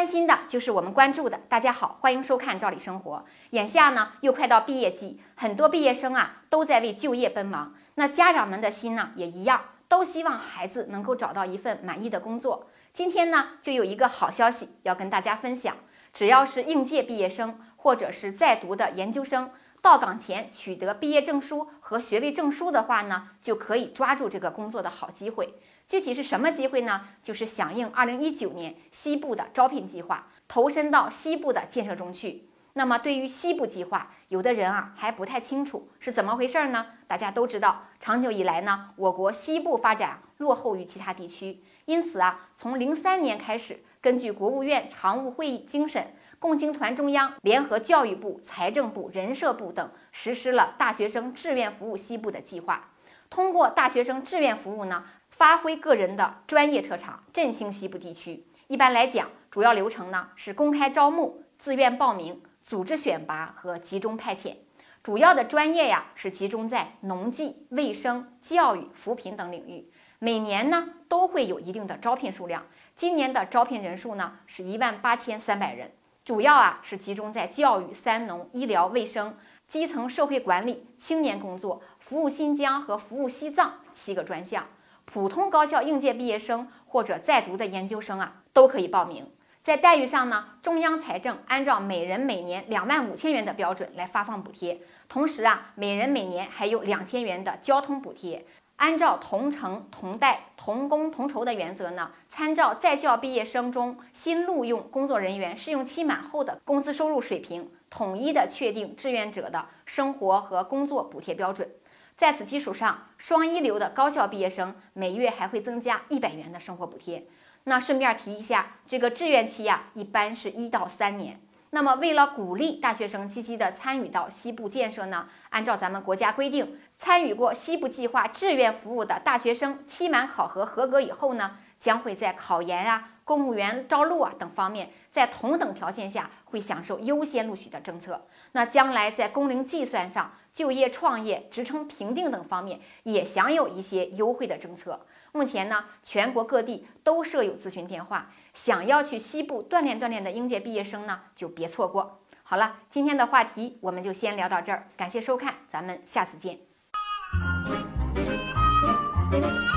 关心的就是我们关注的。大家好，欢迎收看《赵理生活》。眼下呢，又快到毕业季，很多毕业生都在为就业奔忙。那家长们的心呢也一样，都希望孩子能够找到一份满意的工作。今天呢，就有一个好消息要跟大家分享，只要是应届毕业生或者是在读的研究生，到岗前取得毕业证书和学位证书的话呢，就可以抓住这个工作的好机会。具体是什么机会呢？就是响应2019年西部的招聘计划，投身到西部的建设中去。那么对于西部计划，有的人还不太清楚是怎么回事呢？大家都知道，长久以来呢，我国西部发展落后于其他地区，因此从03年开始，根据国务院常务会议精神，共青团中央联合教育部、财政部、人社部等实施了大学生志愿服务西部的计划。通过大学生志愿服务呢，发挥个人的专业特长，振兴西部地区。一般来讲，主要流程呢是公开招募、自愿报名、组织选拔和集中派遣。主要的专业是集中在农技、卫生、教育、扶贫等领域。每年呢都会有一定的招聘数量。今年的招聘人数呢是18300人，主要是集中在教育、三农、医疗卫生、基层社会管理、青年工作、服务新疆和服务西藏7个专项。普通高校应届毕业生或者在读的研究生都可以报名。在待遇上呢，中央财政按照每人每年25000元的标准来发放补贴，同时每人每年还有2000元的交通补贴。按照同城同待同工同酬的原则呢，参照在校毕业生中新录用工作人员试用期满后的工资收入水平，统一的确定志愿者的生活和工作补贴标准。在此基础上，双一流的高校毕业生每月还会增加100元的生活补贴。那顺便提一下，这个志愿期一般是1到3年。那么为了鼓励大学生积极的参与到西部建设呢，按照咱们国家规定，参与过西部计划志愿服务的大学生期满考核合格以后呢，将会在考研公务员招录等方面，在同等条件下会享受优先录取的政策。那将来在工龄计算上、就业创业、职称评定等方面也享有一些优惠的政策。目前呢，全国各地都设有咨询电话，想要去西部锻炼锻炼的应届毕业生呢，就别错过。好了，今天的话题我们就先聊到这儿，感谢收看，咱们下次见。